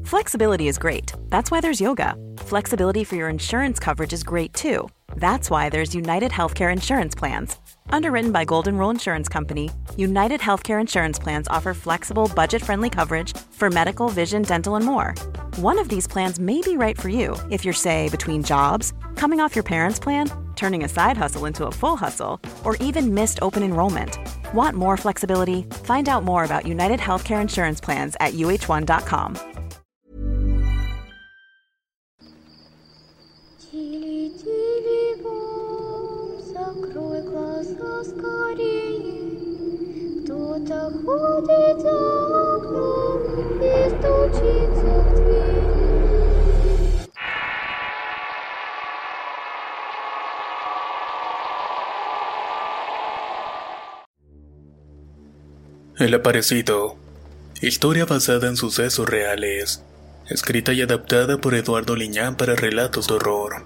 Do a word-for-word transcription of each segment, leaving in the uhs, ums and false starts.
Flexibility is great. That's why there's yoga. Flexibility for your insurance coverage is great too. That's why there's United Healthcare Insurance Plans. Underwritten by Golden Rule Insurance Company, United Healthcare Insurance Plans offer flexible, budget-friendly coverage for medical, vision, dental, and more. One of these plans may be right for you if you're, say, between jobs, coming off your parents' plan, turning a side hustle into a full hustle, or even missed open enrollment. Want more flexibility? Find out more about United Healthcare Insurance Plans at U H one dot com. Закрой глаза скорее, кто-то ходит за окном и стучится в дверь. El Aparecido. Historia basada en sucesos reales. Escrita y adaptada por Eduardo Liñán para relatos de horror.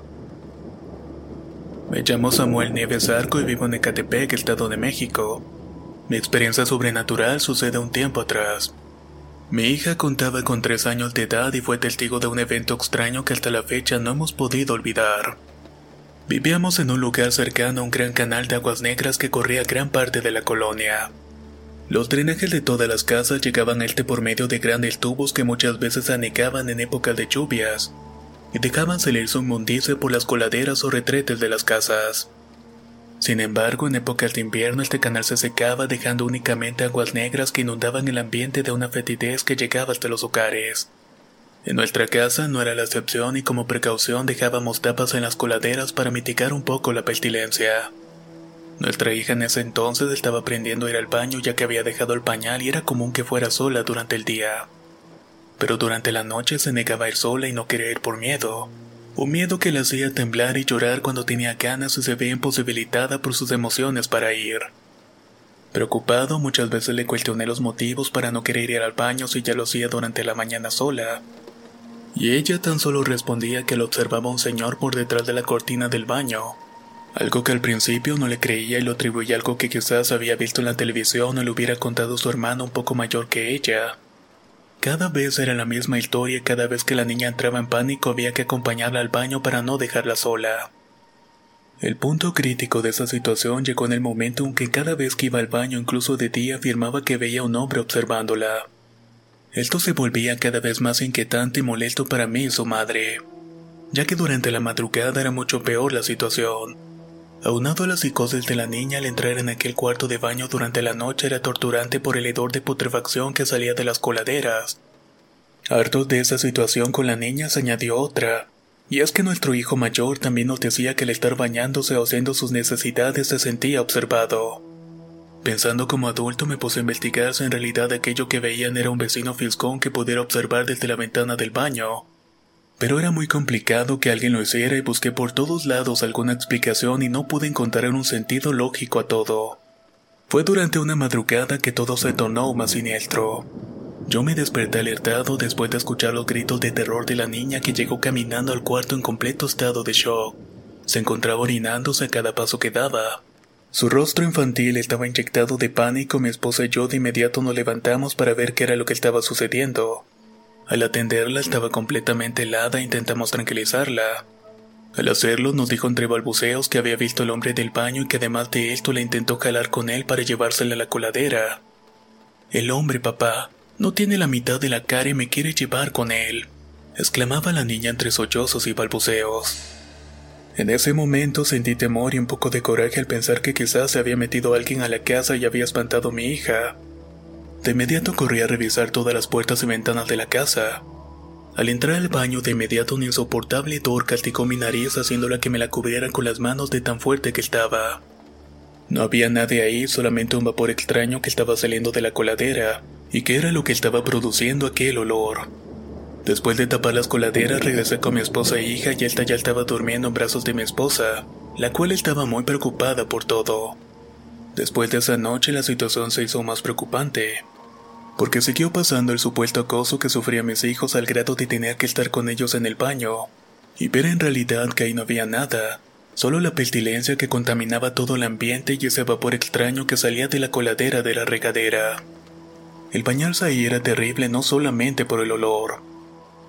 Me llamo Samuel Nieves Arco y vivo en Ecatepec, Estado de México. Mi experiencia sobrenatural sucede un tiempo atrás. Mi hija contaba con tres años de edad y fue testigo de un evento extraño que hasta la fecha no hemos podido olvidar. Vivíamos en un lugar cercano a un gran canal de aguas negras que corría gran parte de la colonia. Los drenajes de todas las casas llegaban a este por medio de grandes tubos que muchas veces anegaban en épocas de lluvias y dejaban salir su inmundicia por las coladeras o retretes de las casas. Sin embargo, en épocas de invierno este canal se secaba dejando únicamente aguas negras que inundaban el ambiente de una fetidez que llegaba hasta los hogares. En nuestra casa no era la excepción y como precaución dejábamos tapas en las coladeras para mitigar un poco la pestilencia. Nuestra hija en ese entonces estaba aprendiendo a ir al baño ya que había dejado el pañal y era común que fuera sola durante el día. Pero durante la noche se negaba a ir sola y no quería ir por miedo. Un miedo que la hacía temblar y llorar cuando tenía ganas y se veía imposibilitada por sus emociones para ir. Preocupado, muchas veces le cuestioné los motivos para no querer ir al baño si ya lo hacía durante la mañana sola. Y ella tan solo respondía que lo observaba un señor por detrás de la cortina del baño. Algo que al principio no le creía y lo atribuía a algo que quizás había visto en la televisión o le hubiera contado su hermano un poco mayor que ella. Cada vez era la misma historia y cada vez que la niña entraba en pánico había que acompañarla al baño para no dejarla sola. El punto crítico de esa situación llegó en el momento en que cada vez que iba al baño, incluso de día, afirmaba que veía a un hombre observándola. Esto se volvía cada vez más inquietante y molesto para mí y su madre, ya que durante la madrugada era mucho peor la situación. Aunado a la psicosis de la niña, al entrar en aquel cuarto de baño durante la noche era torturante por el hedor de putrefacción que salía de las coladeras. Harto de esa situación con la niña se añadió otra, y es que nuestro hijo mayor también nos decía que al estar bañándose o haciendo sus necesidades se sentía observado. Pensando como adulto me puse a investigar si en realidad aquello que veían era un vecino fisgón que pudiera observar desde la ventana del baño. Pero era muy complicado que alguien lo hiciera y busqué por todos lados alguna explicación y no pude encontrar un sentido lógico a todo. Fue durante una madrugada que todo se tornó más siniestro. Yo me desperté alertado después de escuchar los gritos de terror de la niña que llegó caminando al cuarto en completo estado de shock. Se encontraba orinándose a cada paso que daba. Su rostro infantil estaba inyectado de pánico. Mi esposa y yo de inmediato nos levantamos para ver qué era lo que estaba sucediendo. Al atenderla estaba completamente helada e intentamos tranquilizarla. Al hacerlo nos dijo entre balbuceos que había visto al hombre del baño y que además de esto la intentó jalar con él para llevársela a la coladera. «El hombre, papá, no tiene la mitad de la cara y me quiere llevar con él», exclamaba la niña entre sollozos y balbuceos. En ese momento sentí temor y un poco de coraje al pensar que quizás se había metido alguien a la casa y había espantado a mi hija. De inmediato corrí a revisar todas las puertas y ventanas de la casa. Al entrar al baño, de inmediato un insoportable hedor castigó mi nariz haciéndola que me la cubriera con las manos de tan fuerte que estaba. No había nadie ahí, solamente un vapor extraño que estaba saliendo de la coladera, y que era lo que estaba produciendo aquel olor. Después de tapar las coladeras, regresé con mi esposa e hija y esta ya estaba durmiendo en brazos de mi esposa, la cual estaba muy preocupada por todo. Después de esa noche la situación se hizo más preocupante, porque siguió pasando el supuesto acoso que sufrían mis hijos al grado de tener que estar con ellos en el baño, y ver en realidad que ahí no había nada, solo la pestilencia que contaminaba todo el ambiente y ese vapor extraño que salía de la coladera de la regadera. El bañarse ahí era terrible no solamente por el olor,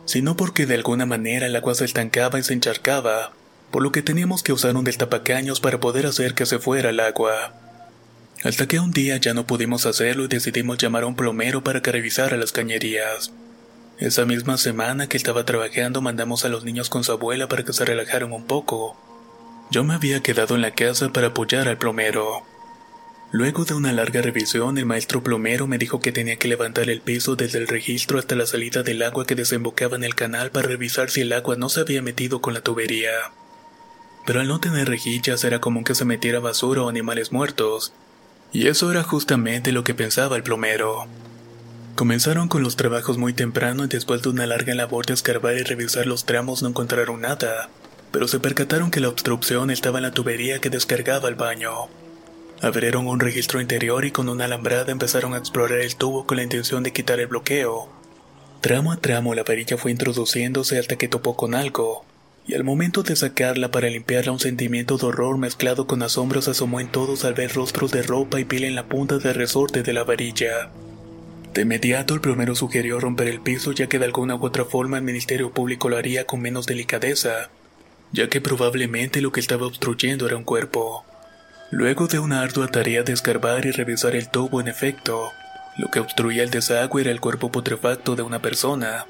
sino porque de alguna manera el agua se estancaba y se encharcaba, por lo que teníamos que usar un destapacaños para poder hacer que se fuera el agua. Hasta que un día ya no pudimos hacerlo y decidimos llamar a un plomero para que revisara las cañerías. Esa misma semana que estaba trabajando mandamos a los niños con su abuela para que se relajaran un poco. Yo me había quedado en la casa para apoyar al plomero. Luego de una larga revisión, el maestro plomero me dijo que tenía que levantar el piso desde el registro hasta la salida del agua que desembocaba en el canal para revisar si el agua no se había metido con la tubería. Pero al no tener rejillas era común que se metiera basura o animales muertos, y eso era justamente lo que pensaba el plomero. Comenzaron con los trabajos muy temprano y después de una larga labor de escarbar y revisar los tramos no encontraron nada, pero se percataron que la obstrucción estaba en la tubería que descargaba el baño. Abrieron un registro interior y con una alambrada empezaron a explorar el tubo con la intención de quitar el bloqueo. Tramo a tramo la varilla fue introduciéndose hasta que topó con algo, y al momento de sacarla para limpiarla un sentimiento de horror mezclado con asombro se asomó en todos al ver rostros de ropa y piel en la punta del resorte de la varilla. De inmediato el plomero sugirió romper el piso, ya que de alguna u otra forma el Ministerio Público lo haría con menos delicadeza, ya que probablemente lo que estaba obstruyendo era un cuerpo. Luego de una ardua tarea de escarbar y revisar el tubo, en efecto, lo que obstruía el desagüe era el cuerpo putrefacto de una persona.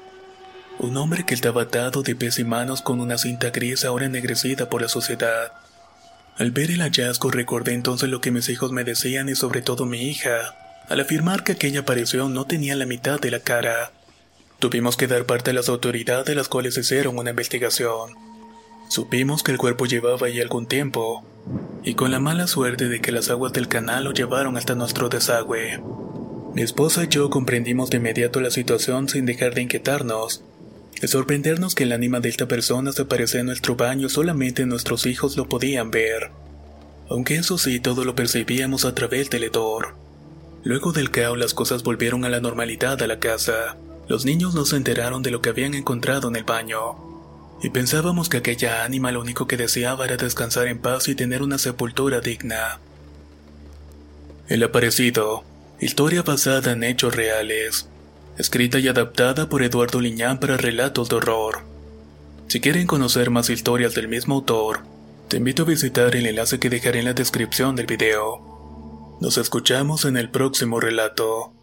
Un hombre que estaba atado de pies y manos con una cinta gris ahora ennegrecida por la suciedad. Al ver el hallazgo recordé entonces lo que mis hijos me decían y sobre todo mi hija, al afirmar que aquella aparición no tenía la mitad de la cara. Tuvimos que dar parte a las autoridades, las cuales hicieron una investigación. Supimos que el cuerpo llevaba ahí algún tiempo, y con la mala suerte de que las aguas del canal lo llevaron hasta nuestro desagüe. Mi esposa y yo comprendimos de inmediato la situación sin dejar de inquietarnos, de sorprendernos que el ánima de esta persona se aparecía en nuestro baño, solamente nuestros hijos lo podían ver. Aunque eso sí, todo lo percibíamos a través del hedor. Luego del caos las cosas volvieron a la normalidad a la casa. Los niños no se enteraron de lo que habían encontrado en el baño. Y pensábamos que aquella ánima lo único que deseaba era descansar en paz y tener una sepultura digna. El aparecido, historia basada en hechos reales, escrita y adaptada por Eduardo Liñán para relatos de horror. Si quieren conocer más historias del mismo autor, te invito a visitar el enlace que dejaré en la descripción del video. Nos escuchamos en el próximo relato.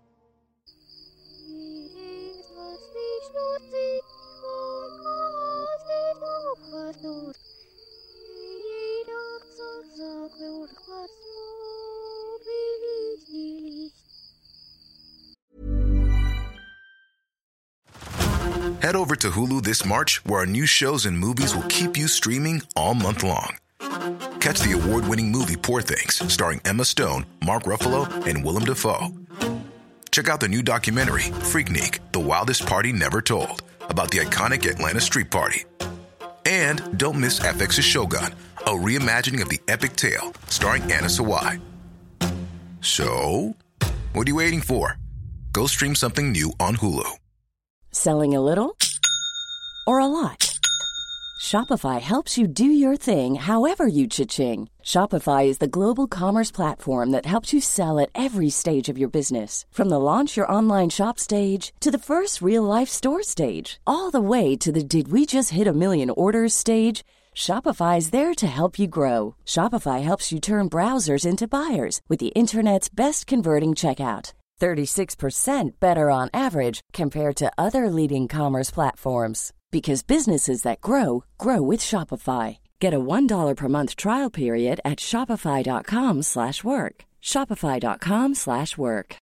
Head over to Hulu this March, where our new shows and movies will keep you streaming all month long. Catch the award-winning movie Poor Things, starring Emma Stone, Mark Ruffalo, and Willem Dafoe. Check out the new documentary, Freaknik, The Wildest Party Never Told, about the iconic Atlanta Street Party. And don't miss F X's Shogun, a reimagining of the epic tale, starring Anna Sawai. So, what are you waiting for? Go stream something new on Hulu. Selling a little or a lot? Shopify helps you do your thing however you cha-ching. Shopify is the global commerce platform that helps you sell at every stage of your business. From the launch your online shop stage to the first real-life store stage, all the way to the did we just hit a million orders stage. Shopify is there to help you grow. Shopify helps you turn browsers into buyers with the internet's best converting checkout. thirty-six percent better on average compared to other leading commerce platforms. Because businesses that grow, grow with Shopify. Get a one dollar per month trial period at shopify.com slash work. Shopify.com slash work.